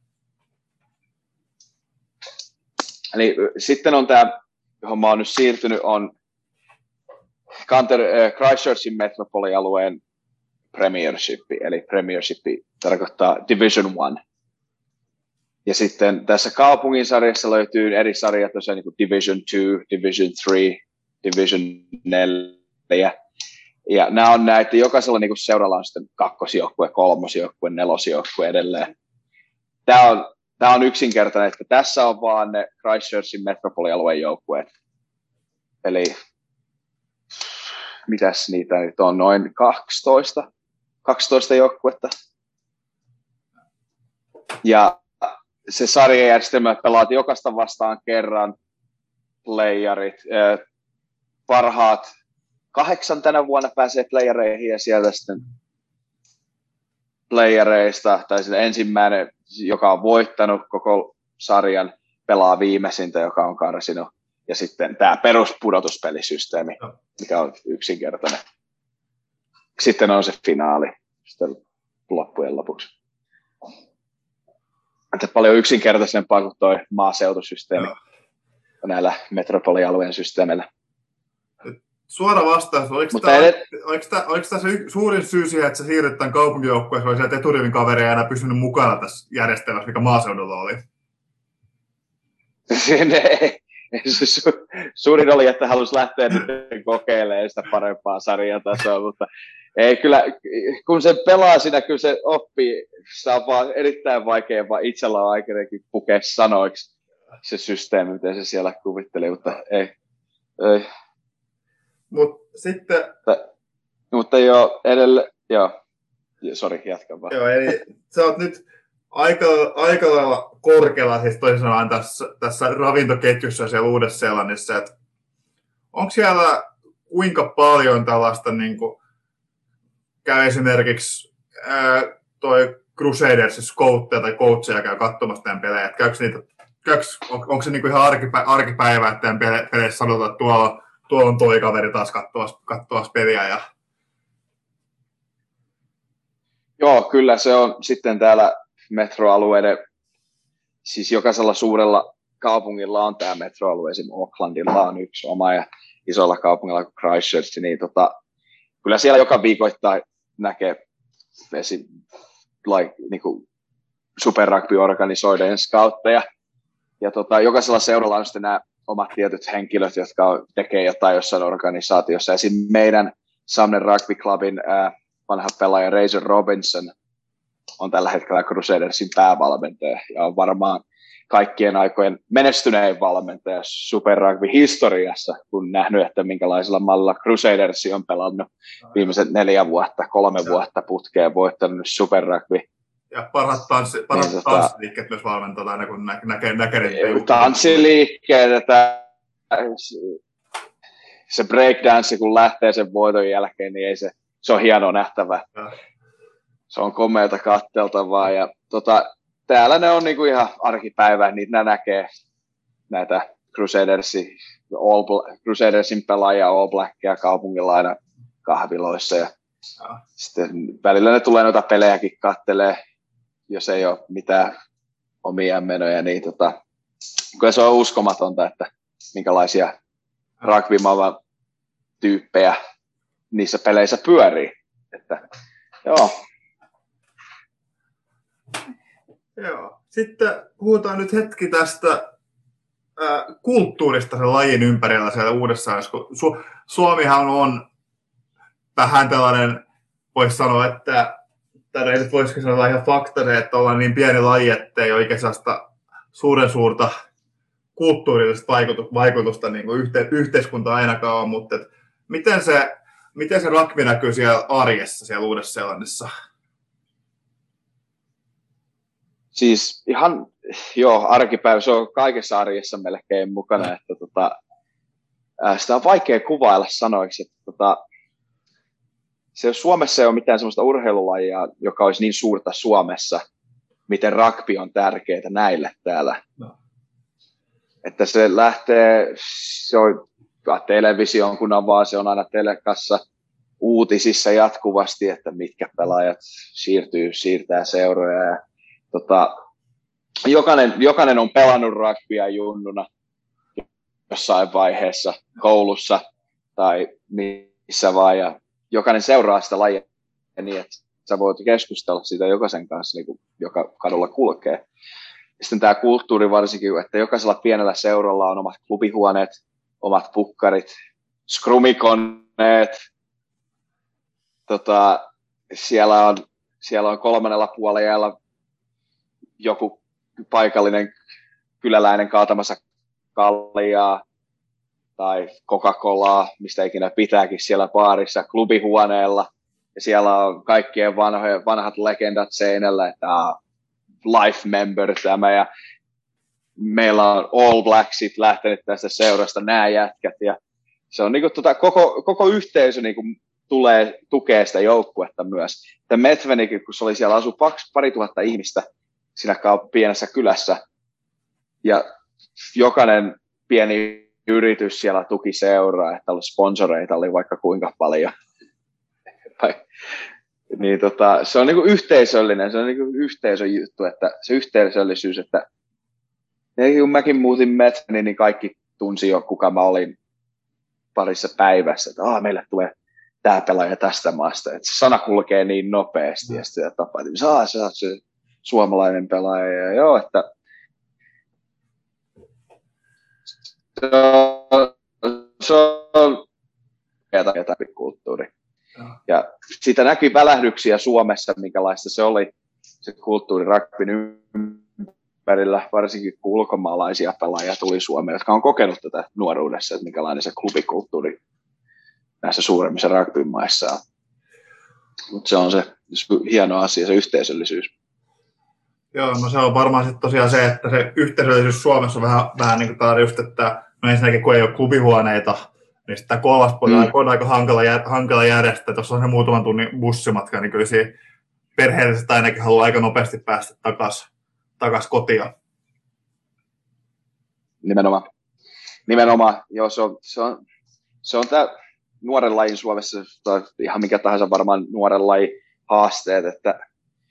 Eli sitten on tämä, johon mä oon nyt siirtynyt, on Christchurchin metropolialueen Premiership, eli Premiership tarkoittaa Division 1. Ja sitten tässä kaupungin sarjassa löytyy eri sarjat, tosiaan niin kuin Division 2, Division 3, Division 4. Ja nämä on näitä, jokaisella niin kuin seuralla on sitten kakkosjoukkue, kolmosjoukkue, nelosjoukkue edelleen. Tämä on yksinkertainen, että tässä on vaan ne Christchurchin metropolialueen joukkueet. Eli mitäs niitä nyt on, noin 12 joukkuetta. Ja se sarjajärjestelmä pelaat jokaista vastaan kerran, playerit, parhaat 8 tänä vuonna pääsee playereihin ja sieltä sitten playereista, tai sitten ensimmäinen, joka on voittanut koko sarjan, pelaa viimeisintä, joka on karsinut. Ja sitten tämä peruspudotuspelisysteemi, mikä on yksinkertainen. Sitten on se finaali sitten loppujen lopuksi. Että paljon yksinkertaisempaa kuin tuo maaseutusysteemi näillä metropolialueen systeemeillä. Suora vastaus. Oliko tämä se suurin syy siihen, että sä siirryt tämän kaupunkijoukkueen, oli sieltä eturivin kaveria enää pysynyt mukana tässä järjestelmässä, mikä maaseudulla oli? Suurin oli, että halusi lähteä nyt kokeilemaan sitä parempaa sarjatasoa, mutta ei kyllä, kun se pelaa siinä, kyllä se oppii, se on vaan erittäin vaikea, vaan itsellä on aikaisemmin pukea sanoiksi se systeemi, miten se siellä kuvitteli, mutta ei. Mutta joo, edelleen, sori, jatkan vaan. Joo, eli sä oot nyt aika lailla korkealla, siis toisin sanoen tässä ravintoketjussa siellä Uudessa-Seelannissa, että onko siellä kuinka paljon tällaista, niin kuin, käy esimerkiksi toi Crusaders scoutteja tai coacheja käy katsomassa tämän pelejä, että onko se niin kuin ihan arkipäivä, että tämän peleissä sanotaan, että tuolla on toi kaveri taas katsomassa peliä ja... Joo, kyllä se on sitten täällä metroalueiden, siis jokaisella suurella kaupungilla on tämä metroalue, esimerkiksi Aucklandilla on yksi oma ja isolla kaupungilla kuin Christchurch, niin kyllä siellä joka viikoittain näkee niin Super Rugby-organisoiden scoutteja, ja jokaisella seuralla on sitten nämä omat tietyt henkilöt, jotka tekee jotain jossain organisaatiossa. Esimerkiksi meidän Sumner Rugby Clubin vanha pelaaja Razor Robinson on tällä hetkellä Crusadersin päävalmentaja ja on varmaan kaikkien aikojen menestynein valmentaja Super Rugby-historiassa, kun nähnyt, että minkälaisella mallilla Crusaders on pelannut viimeiset 3 vuotta putkeen, voittanut Super Rugby. Ja parhaat tanssiliikkeet myös valmentaa aina, kun näkee tanssiliikkeet, että se breakdance, kun lähtee sen voiton jälkeen, niin se on hienoa nähtävää. Se on komeata katteltavaa ja täällä ne on niinku ihan arkipäivää, niitä näkee näitä Crusadersin pelaajia All Blackia kaupungilla aina kahviloissa ja sitten välillä ne tulee noita pelejäkin kattelee, jos ei ole mitään omia menoja, niin kyllä se on uskomatonta, että minkälaisia rugby-maailman tyyppejä niissä peleissä pyörii. Että, joo. Joo. Sitten puhutaan nyt hetki tästä kulttuurista sen lajin ympärillä siellä uudessa. Suomihan on vähän tällainen, voisi sanoa, että tämä ei nyt voisiko sanoa ihan fakta, että ollaan niin pieni laji, ettei oikein sellaista suurta kulttuurillista vaikutusta niin kuin yhteiskunta ainakaan on, mutta miten se rugby näkyy siellä arjessa siellä Uudessa-Seelannissa? Siis ihan, arkipäivä, se on kaikessa arjessa melkein mukana, että sitä on vaikea kuvailla sanoiksi, että Suomessa ei ole mitään sellaista urheilulajia, joka olisi niin suurta Suomessa, miten rugby on tärkeää näille täällä. No. Että se on television, kun avaa, se on aina telekassa uutisissa jatkuvasti, että mitkä pelaajat siirtää seuroja. Ja, jokainen on pelannut rugbya junnuna jossain vaiheessa koulussa tai missä vaan, ja jokainen seuraa sitä lajia niin, että sä voit keskustella siitä jokaisen kanssa, niin kuin, joka kadulla kulkee. sitten tämä kulttuuri varsinkin, että jokaisella pienellä seuralla on omat klubihuoneet, omat pukkarit, scrumikoneet. Siellä on 3. puolella joku paikallinen kyläläinen kaatamassa kaljaa tai Coca-Colaa, mistä ikinä pitääkin siellä baarissa, klubihuoneella. Ja siellä on kaikkien vanhat legendat seinällä, että life member tämä, ja meillä on All Blacksit lähtenyt tästä seurasta, nämä jätkät, ja se on niinku koko yhteisö niinku tukee sitä joukkuetta myös. Medvedevkin, kun se oli siellä, asui pari tuhatta ihmistä siinä pienessä kylässä, ja jokainen pieni yritys siellä tuki seuraa, että sponsoreita oli vaikka kuinka paljon. Niin se on niinku yhteisöllinen, se on niinku yhteisön juttu, että se yhteisöllisyys, että kun mäkin muutin Metsään, niin kaikki tunsi jo, kuka mä olin parissa päivässä, että meille tulee tämä pelaaja tästä maasta, että se sana kulkee niin nopeasti, ja sitten tapaa, että sä oot se suomalainen pelaaja, ja joo, että se on kulttuuri. Ja siitä näkyi välähdyksiä Suomessa, minkälaista se oli, se kulttuuri rugbyn ympärillä, varsinkin kun ulkomaalaisia pelaajia tuli Suomeen, jotka on kokenut tätä nuoruudessa, että minkälainen se klubikulttuuri näissä suuremmissa rugbyn maissa on. Mutta se on se hieno asia, se yhteisöllisyys. Joo, no se on varmaan sitten tosiaan se, että se yhteisöllisyys Suomessa on vähän niin kuin just, että no ensinnäkin kun ei ole klubihuoneita, niin sitten kolmas puolella on aika hankala järjestää. Tuossa on se muutaman tunnin bussimatka, niin kyllä siinä perheelliset ainakin haluaa aika nopeasti päästä takaisin kotiin. Nimenomaan. Joo, se on tämä nuoren lajin Suomessa, tai ihan mikä tahansa varmaan nuoren lajin haasteet, että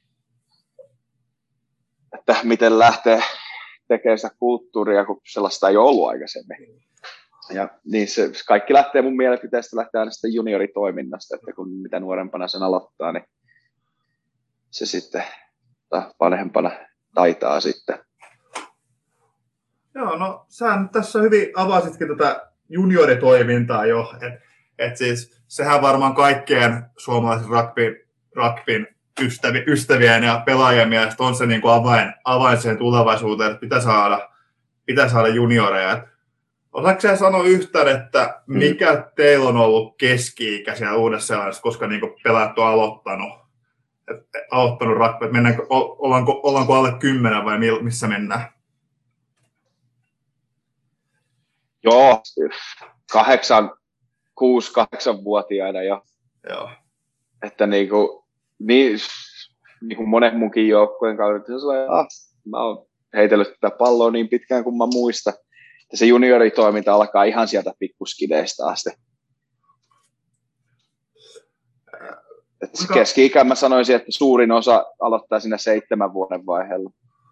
miten lähtee tekemään sitä kulttuuria, kun sellaista ei ole ollut aikaisemmin. Ja niin se kaikki lähtee mun mielipiteestä aina sitä junioritoiminnasta, että kun mitä nuorempana sen aloittaa, niin se sitten vanhempana taitaa sitten. Joo, no sä tässä hyvin avasitkin tätä junioritoimintaa jo, että siis sehän varmaan kaikkien suomalaisen rugbyn ystävien ja pelaajien mielestä on se niin kuin avain siihen tulevaisuuteen, että pitää saada junioreja. Osaatko sä sanoa yhtään, että mikä teillä on ollut keski-ikä siellä Uudessa-Seelannissa, koska niin pelaajat on aloittanut rugbyä? Ollaanko alle 10 vai missä mennään? Joo, 6-8-vuotiaina jo. Joo. Että niin kuin monen munkin joukkueen kautta, mä oon heitellyt tätä palloa niin pitkään kuin mä muistan. Se junioritoiminta alkaa ihan sieltä pikkuskideistä asti. Keski-ikä mä sanoisin, että suurin osa aloittaa siinä 7 vuoden vaiheella.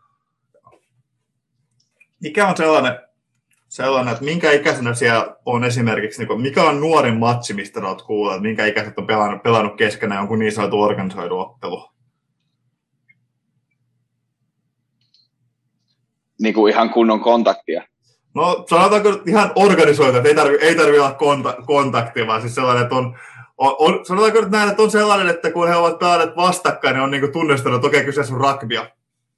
Mikä on sellainen, että minkä ikäisenä siellä on esimerkiksi, mikä on nuorin matsi, mistä olet kuullut, että minkä ikäiset on pelannut keskenään jonkun niin sanotun organisoidu ottelu? Niin kuin ihan kunnon kontaktia. No sanotaanko ihan organisoitu, että ei tarvitse olla kontaktia, vaan siis sellainen, että sanotaanko nyt näin, että on sellainen, että kun he ovat pelanneet vastakkain, niin on niin kuin tunnistanut, että okei, kyseessä on rugbya.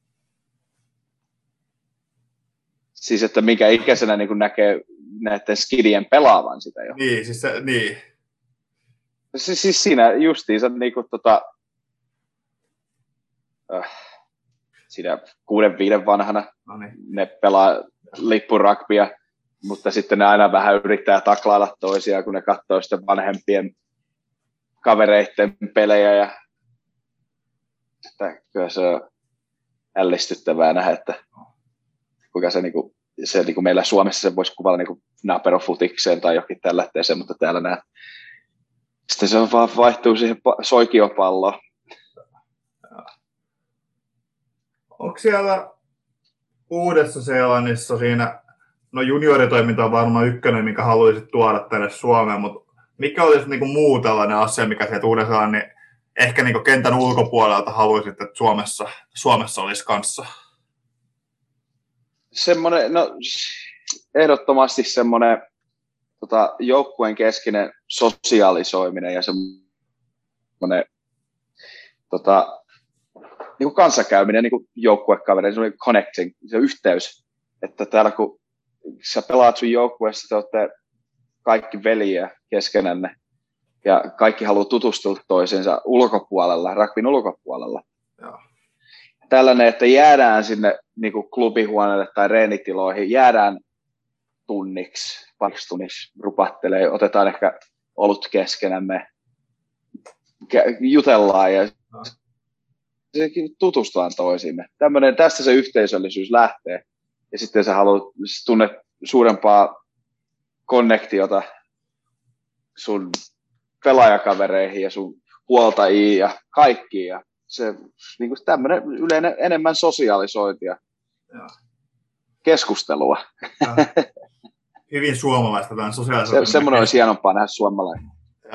Siis, että mikä ikäisenä niin kuin näkee näiden skidien pelaavan sitä jo. Niin, siis se, niin. Siis siinä justiinsa niin kuin siinä 6-5 vanhana ne pelaa lippuragbia, mutta sitten ne aina vähän yrittää taklailla toisiaan, kun ne katsoo sitten vanhempien kavereiden pelejä. Ja kyllä se on ällistyttävää nähdä, että kuinka se, se meillä Suomessa se voisi kuvailla niin naperofutikseen tai jokin tällätteeseen, mutta täällä nämä sitten se on vaan vaihtuu siihen soikiopalloon. Onko siellä Uudessa-Seelannissa siinä, no junioritoiminta on varmaan ykkönen, mikä haluaisit tuoda tänne Suomeen, mutta mikä olisi niin kuin muu tällainen asia, mikä sieltä Uudessa-Seelannin ehkä niin kuin kentän ulkopuolelta haluaisit, että Suomessa olisi kanssa? semmoinen, no ehdottomasti semmoinen joukkueen keskinen sosiaalisoiminen ja semmoinen niin kuin kanssakäyminen, niin kuin joukkuekavereiden, semmoinen connecting, se yhteys, että täällä kun sä pelaat sun joukkueessa, te olette kaikki veljiä keskenänne ja kaikki haluaa tutustua toisiinsa ulkopuolella, rugbyn ulkopuolella. Joo. Tällainen, että jäädään sinne niin kuin klubihuoneelle tai reenitiloihin, jäädään tunniksi, pariksi tunniksi rupahtelee, otetaan ehkä olut keskenämme, jutellaan ja tutustutaan toisiimme. Tästä se yhteisöllisyys lähtee. Ja sitten sä haluat tunnet suurempaa konnektiota sun pelaajakavereihin ja sun huoltajiin ja kaikkiin. Ja se niin kuin tämmöinen yleinen enemmän sosiaalisointia, keskustelua. Hyvin suomalaista tämän sosiaalisointia. Semmoinen olisi hienompaa nähdä suomalainen.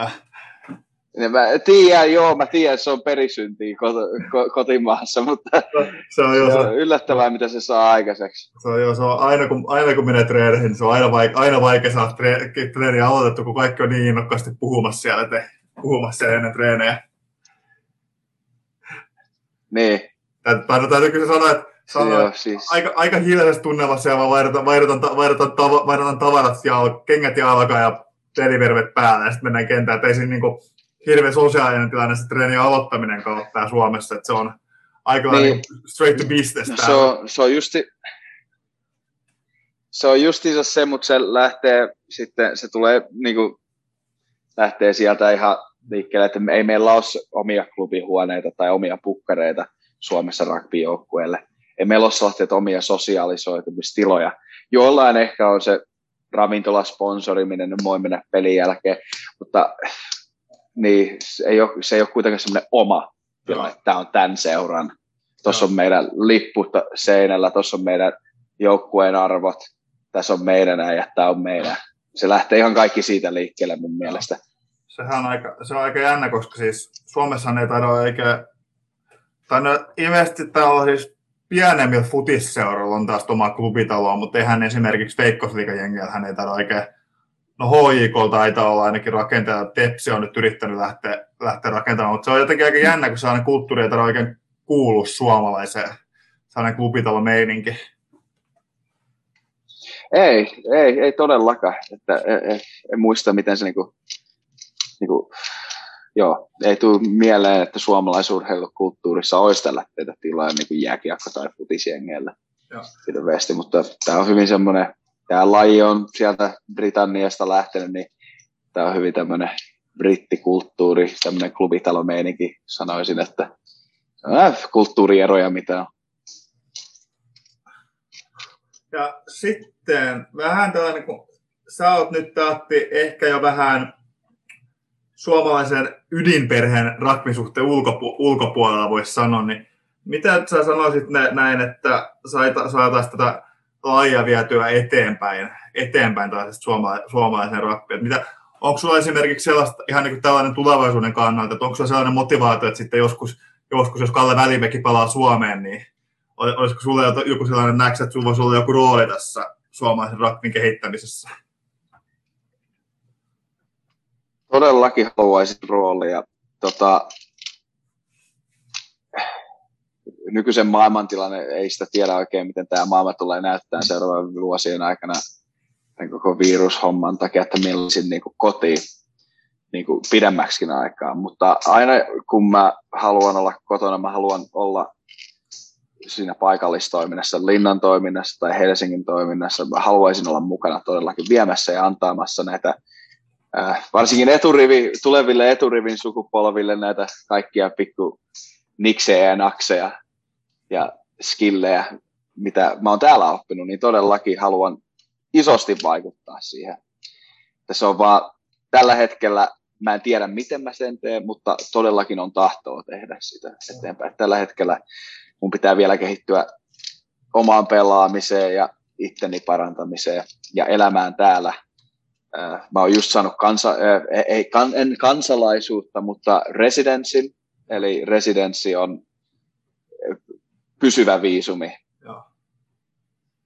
Mä tiedän, että se on perisyntiä kotimaassa, mutta se on yllättävää, mitä se saa aikaiseksi. Se on aina kun menee treeneihin, niin se on aina vaikea saada treeniä aloitettu, kun kaikki on niin innokkaasti puhumassa siellä ennen treenejä. Niin. Täytyy kyllä sanoa, että aika hiljaisessa tunnelmassa siellä vaan vaihdetaan tavarat, kengät jalkaan ja pelivervet päällä, ja sitten mennään kentään. Että ei siinä niinku hirveän sosiaalinen tilanne se treenin aloittaminen kautta Suomessa, että se on aika niin, straight to business. Se on justiinsa se, mutta se lähtee sitten, se tulee niinku, lähtee sieltä ihan liikkeelle, että ei meillä ole omia klubihuoneita tai omia pukkareita Suomessa rugbyjoukkueelle. Ei meillä ole sellaisia omia sosiaalisoitumistiloja. Jollain ehkä on se ravintolasponsoriminen, ne voi mennä pelin jälkeen, mutta niin, se ei ole kuitenkaan semmoinen oma tila, että tämä on tämän seuran. Tuossa on meidän lipput seinällä, tuossa on meidän joukkueen arvot, tässä on meidän ja tämä on meidän. Se lähtee ihan kaikki siitä liikkeelle mun mielestä. Se on aika jännä, koska siis Suomessa ei taida oikein, ilmeisesti täällä siis pienemmillä futisseuroilla on taas oma klubitaloa, mutta eihän esimerkiksi Veikkausliigajengiä hän ei taida oikein. No HJK taitaa olla ainakin rakentajana, Tepsi on nyt yrittänyt lähteä rakentamaan, mutta se on jotenkin aika jännä, kun sellainen kulttuuri ei taida oikein kuulu suomalaiseen, sellainen klubitalomeininki. Ei todellakaan. Että en muista, miten se ei tule mieleen, että suomalaisurheilukulttuurissa olisi tällaisia tiloja niin kuin jääkiekko- tai futisjengeillä hirveästi, mutta tämä on hyvin semmoinen, tämä laji on sieltä Britanniasta lähtenyt, niin tämä on hyvin tämmöinen brittikulttuuri, tämmöinen klubitalomeininki, sanoisin, että kulttuurieroja mitä on. Ja sitten vähän tällainen, kun sä oot nyt Tatti ehkä jo vähän suomalaisen ydinperheen rugbyn suhteen ulkopuolella voisi sanoa, niin mitä sä sanoisit näin, että saataisiin tätä lajia vietyä eteenpäin tällaisesta suomalaisen rugbyn? Onko sulla esimerkiksi sellaista, ihan niin kuin tällainen tulevaisuuden kannalta, että onko sulla sellainen motivaatio, että sitten joskus jos Kalle Välimäki palaa Suomeen, niin olisiko sulla joku sellainen näksä, että sulla voisi olla joku rooli tässä suomalaisen rugbyn kehittämisessä? Todellakin haluaisin roolia. Nykyisen maailmantilanne ei sitä tiedä oikein, miten tämä maailma tulee näyttämään seuraavien vuosien aikana tämän koko virushomman takia, että millaisin niin kotiin niin pidemmäksikin aikaa. Mutta aina kun mä haluan olla kotona, mä haluan olla siinä paikallistoiminnassa, Linnan toiminnassa tai Helsingin toiminnassa. Mä haluaisin olla mukana todellakin viemässä ja antaamassa näitä varsinkin tuleville eturivin sukupolville näitä kaikkia pikku niksejä ja nakseja ja skillejä, mitä mä oon täällä oppinut, niin todellakin haluan isosti vaikuttaa siihen. Se on vaan tällä hetkellä, mä en tiedä miten mä sen teen, mutta todellakin on tahtoa tehdä sitä eteenpäin. Tällä hetkellä mun pitää vielä kehittyä omaan pelaamiseen ja itteni parantamiseen ja elämään täällä. Mä oon just saanut en kansalaisuutta, mutta residenssin, eli residenssi on pysyvä viisumi. Joo.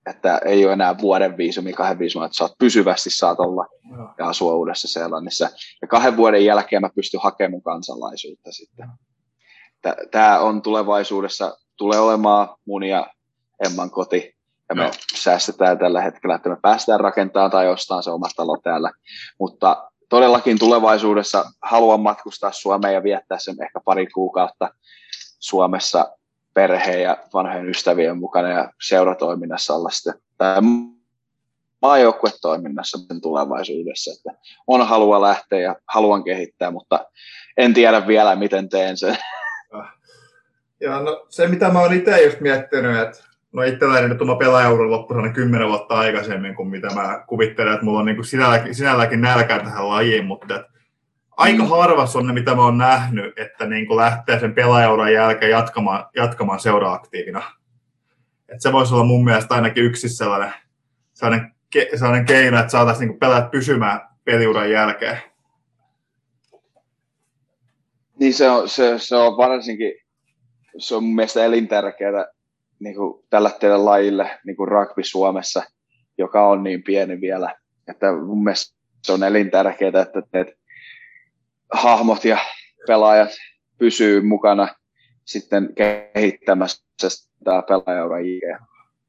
että ei ole enää vuoden viisumi, 2 viisumi, että saat olla ja asua Uudessa-Seelannissa. Ja 2 vuoden jälkeen mä pystyn hakemaan mun kansalaisuutta sitten. Tämä on tulevaisuudessa, tulee olemaan mun ja Emman koti, ja me säästetään tällä hetkellä, että me päästään rakentamaan tai ostamaan se oma talo täällä. Mutta todellakin tulevaisuudessa haluan matkustaa Suomeen ja viettää sen ehkä 2 kuukautta Suomessa perheen ja vanhojen ystävien mukana ja seuratoiminnassa olla sitten, tai maajoukkuetoiminnassa tulevaisuudessa. Että on halua lähteä ja haluan kehittää, mutta en tiedä vielä, miten teen sen. Ja no, se, mitä mä oon itse just miettinyt, että no itselläni nyt oma pelaajaura loppui 10 vuotta aikaisemmin kuin mitä mä kuvittelen, että mulla on niin sinälläkin nälkää tähän lajiin, mutta aika harvassa on ne, mitä mä oon nähnyt, että niin kuin lähtee sen pelaajauran jälkeen jatkamaan seura-aktiivina. Että se voisi olla mun mielestä ainakin yksi sellainen keino, että saataisiin niin pelaajat pysymään peliuran jälkeen. Niin se on varsinkin, se on mun mielestä elintärkeää niin kuin tällä lajille, niin kuin rugby Suomessa, joka on niin pieni vielä. Että mun mielestä se on elintärkeää, että hahmot ja pelaajat pysyy mukana sitten kehittämässä sitä pelaajauran jälkeen.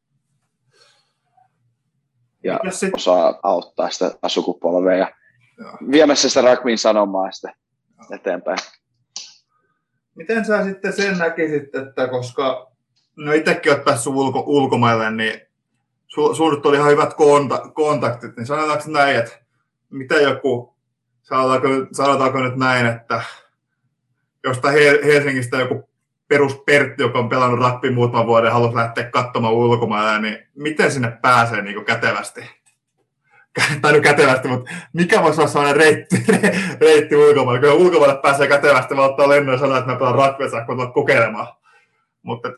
Ja osaa auttaa sitä sukupolvea ja viemässä sitä rugbyn sanomaa sitä eteenpäin. Miten sä sitten sen näkisit, että koska no itsekin olet päässyt ulkomaille, niin sun oli ihan hyvät kontaktit, niin sanotaanko näin, että mitä joku, sanotaanko nyt näin, että jostain Helsingistä joku perus Pertti, joka on pelannut rugby muutaman vuoden, haluaisi lähteä katsomaan ulkomaille, niin miten sinne pääsee niin kätevästi? Tai nyt kätevästi, mutta mikä voisi olla sellainen reitti ulkomaille? Kyllä ulkomaille pääsee kätevästi, mä ottaa lennon ja sanoa, että mä pelaan rugbyä, saanko tulla kokeilemaan. Mutta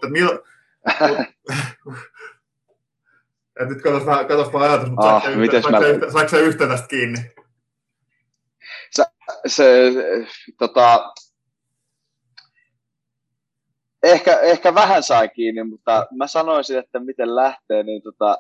nyt katos vaan ajatus, mutta saako sä yhtä tästä kiinni? Ehkä vähän sai kiinni, mutta mä sanoisin, että miten lähtee, niin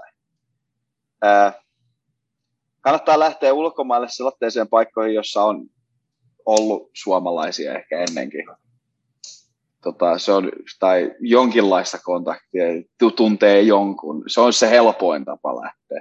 kannattaa lähteä ulkomaille sellaiseen paikkoihin, jossa on ollut suomalaisia ehkä ennenkin. Se on, tai jonkinlaista kontaktia, tuntee jonkun. Se on se helpoin tapa lähteä.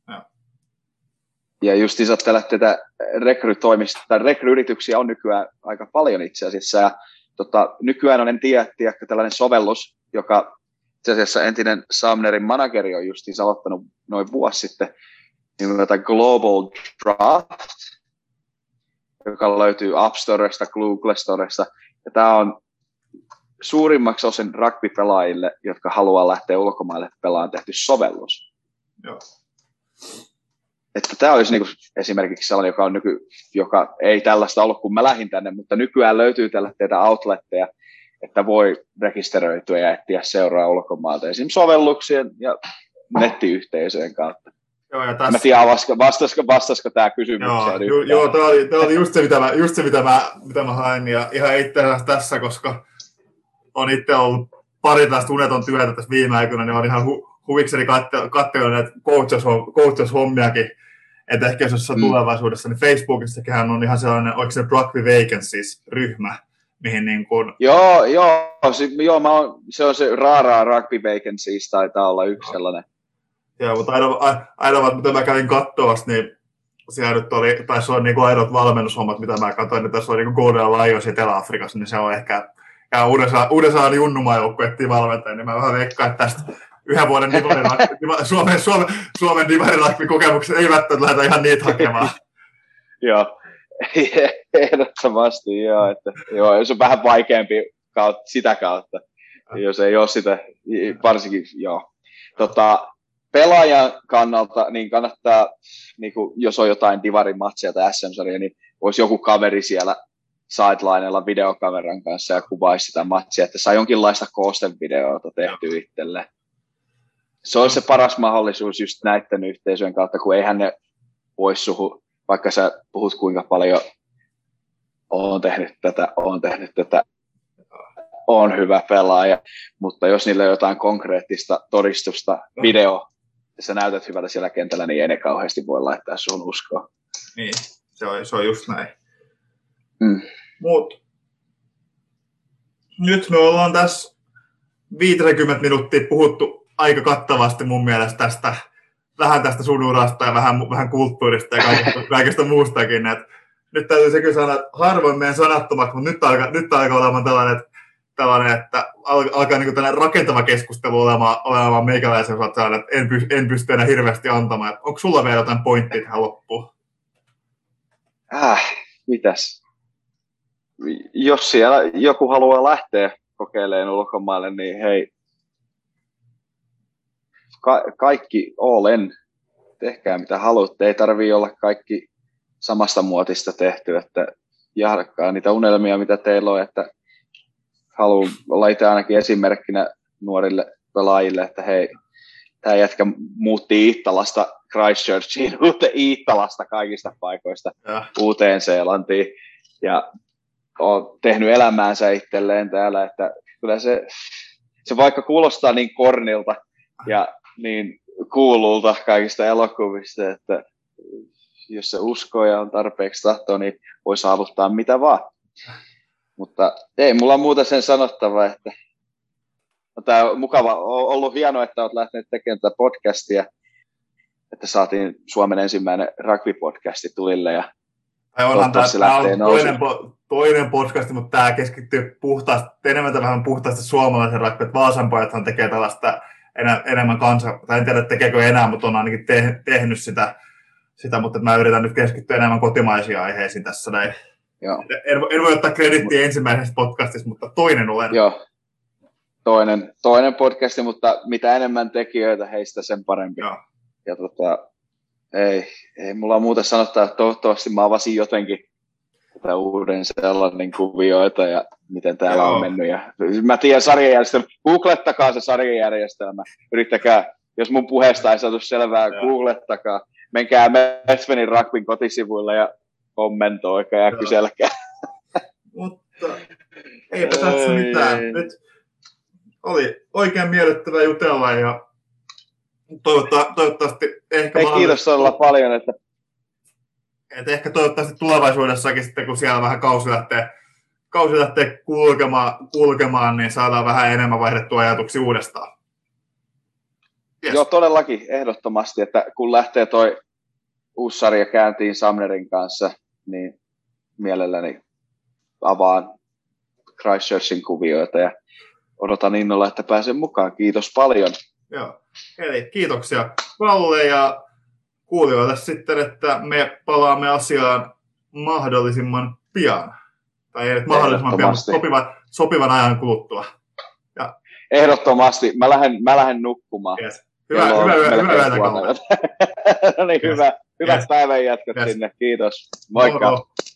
Ja justiinsa tätä rekrytoimista, on nykyään aika paljon itse asiassa. Ja, nykyään on, en tiedä, tällainen sovellus, joka itse asiassa entinen Sumnerin manageri on justiinsa aloittanut noin vuosi sitten, nimeltä Global Draft, joka löytyy App Storesta, Google Storesta. Ja tämä on suurimmaksi osin rugby-pelaajille, jotka haluaa lähteä ulkomaille pelaan, tehty sovellus. Joo. Että tämä olisi niinku esimerkiksi sellainen, joka ei tällaista ollut, kun mä lähdin tänne, mutta nykyään löytyy tällaisia outletteja, että voi rekisteröityä ja etsiä seuraa ulkomailta, esimerkiksi sovelluksien ja nettiyhteisöjen kautta. Joo, ja tässä... Mä tiedän, vastasiko tämä kysymykseen. Joo, tämä oli just se, mitä mä hain, ja ihan itse asiassa tässä, koska on itse ollut pari tästä uneton työtä tässä viime aikoina, niin on ihan huvikseni katsellut näitä coaches-hommiakin, että ehkä jos tulevaisuudessa, niin Facebookissakin on ihan sellainen, oliko se Rugby Vacancies-ryhmä, mihin niin kuin... Joo, se on se Raaraa Rugby Vacancies, taitaa olla yksi sellainen. Joo, mutta ainoa, mitä mä kävin katsoa, niin siellä nyt oli, tai se on niin kuin ainoat valmennushommat, mitä mä katsoin, niin tässä on niin kuin Golden Lions Etelä-Afrikassa, niin se on ehkä, ja Uudessaan junnumaajoukkue etsiä valmentaja, niin mä vähän veikkaan, että tästä yhden vuoden Suomen divarirugby-kokemukset ei välttämättä lähdetä ihan niitä hakemaan. Joo, ehdottomasti joo, että joo, se on vähän vaikeampi sitä kautta, jos ei ole sitä, varsinkin joo. Pelaajan kannalta niin kannattaa, niin kuin, jos on jotain divarimatseja tai SM-sarja, niin olisi joku kaveri siellä sidelinella videokameran kanssa ja kuvaisi sitä matsia, että saa jonkinlaista koostevideota tehtyä itselleen. Se olisi se paras mahdollisuus just näiden yhteisöjen kautta, kun eihän ne voisi suhu, vaikka sä puhut kuinka paljon on tehnyt tätä, on hyvä pelaaja, mutta jos niillä on jotain konkreettista todistusta, video sä näytät hyvältä siellä kentällä, niin ei ne kauheasti voi laittaa sun uskoa. Niin, se on just näin. Mm. Mut nyt me ollaan tässä 50 minuuttia puhuttu aika kattavasti mun mielestä vähän tästä sun urasta ja vähän kulttuurista ja kaikesta muustakin. Et nyt täytyy sekin sanoa, että harvoin meidän sanattomaksi, mutta nyt alkaa olemaan tällainen, että alkaa niin tällainen rakentava keskustelu olemaan meikäläisen osalta, että en pysty enää hirveästi antamaan. Onko sulla vielä jotain pointtia tähän loppuun? Mitäs? Jos siellä joku haluaa lähteä kokeilemaan ulkomaille, niin hei, kaikki all in. Tehkää mitä haluatte. Ei tarvitse olla kaikki samasta muotista tehty, että jahdatkaa niitä unelmia, mitä teillä on, että haluan olla itse ainakin esimerkkinä nuorille pelaajille, että hei, tämä jätkä muutti Iittalasta Christchurchiin, Iittalasta kaikista paikoista Uuteen Seelantiin ja on tehnyt elämäänsä itselleen täällä, että kyllä se vaikka kuulostaa niin kornilta ja niin kuululta kaikista elokuvista, että jos se uskoo ja on tarpeeksi tahtoa, niin voi saavuttaa mitä vaan. Mutta ei mulla muuta sen sanottavaa, että tämä on mukava, on ollut hienoa, että olet lähtenyt tekemään tätä podcastia, että saatiin Suomen ensimmäinen rugby-podcasti tulille ja onhan tämä on toinen podcast, mutta tämä keskittyy enemmän vähän puhtaasti suomalaisen rugby, että Vaasan pojathan tekee tällaista enemmän tai en tiedä tekeekö enää, mutta on ainakin tehnyt sitä, mutta mä yritän nyt keskittyä enemmän kotimaisiin aiheisiin tässä näin. Joo. En voi ottaa kredittiä ensimmäisessä podcastissa, mutta toinen olen. Joo, toinen podcasti, mutta mitä enemmän tekijöitä heistä, sen parempi. Joo. Ja ei mulla on muuta sanottaa, että toivottavasti mä avasin jotenkin tätä uuden sellainen kuvioita ja miten täällä on mennyt. Ja mä tiedän sarjajärjestelmä, googlettakaa se sarjajärjestelmä, yrittäkää, jos mun puheesta ei saatu selvää, googlettakaa, menkää Metsvenin Rugbyn kotisivuille ja kommentoikaa ja kyselkää. Mutta eipä tässä mitään. Nyt oli oikein miellyttävää jutella ja toivottavasti ehkä... kiitos todella paljon, että ehkä toivottavasti tulevaisuudessakin sitten, kun siellä vähän kausi lähtee kulkemaan, niin saadaan vähän enemmän vaihdettua ajatuksia uudestaan. Yes. Joo, todellakin, ehdottomasti, että kun lähtee toi uusi sarja käyntiin Sumnerin kanssa, niin mielelläni avaan Christchurchin kuvioita ja odotan innolla, että pääsen mukaan. Kiitos paljon. Joo, eli kiitoksia Kalle ja kuulijoille sitten, että me palaamme asiaan mahdollisimman pian. Tai ei nyt mahdollisimman pian, mutta sopivan ajan kuluttua. Ja... Ehdottomasti. Mä lähden nukkumaan. Yes. Hyvä yötä, Kalle. No niin, hyvät päivänjatkot sinne. Kiitos. Moikka.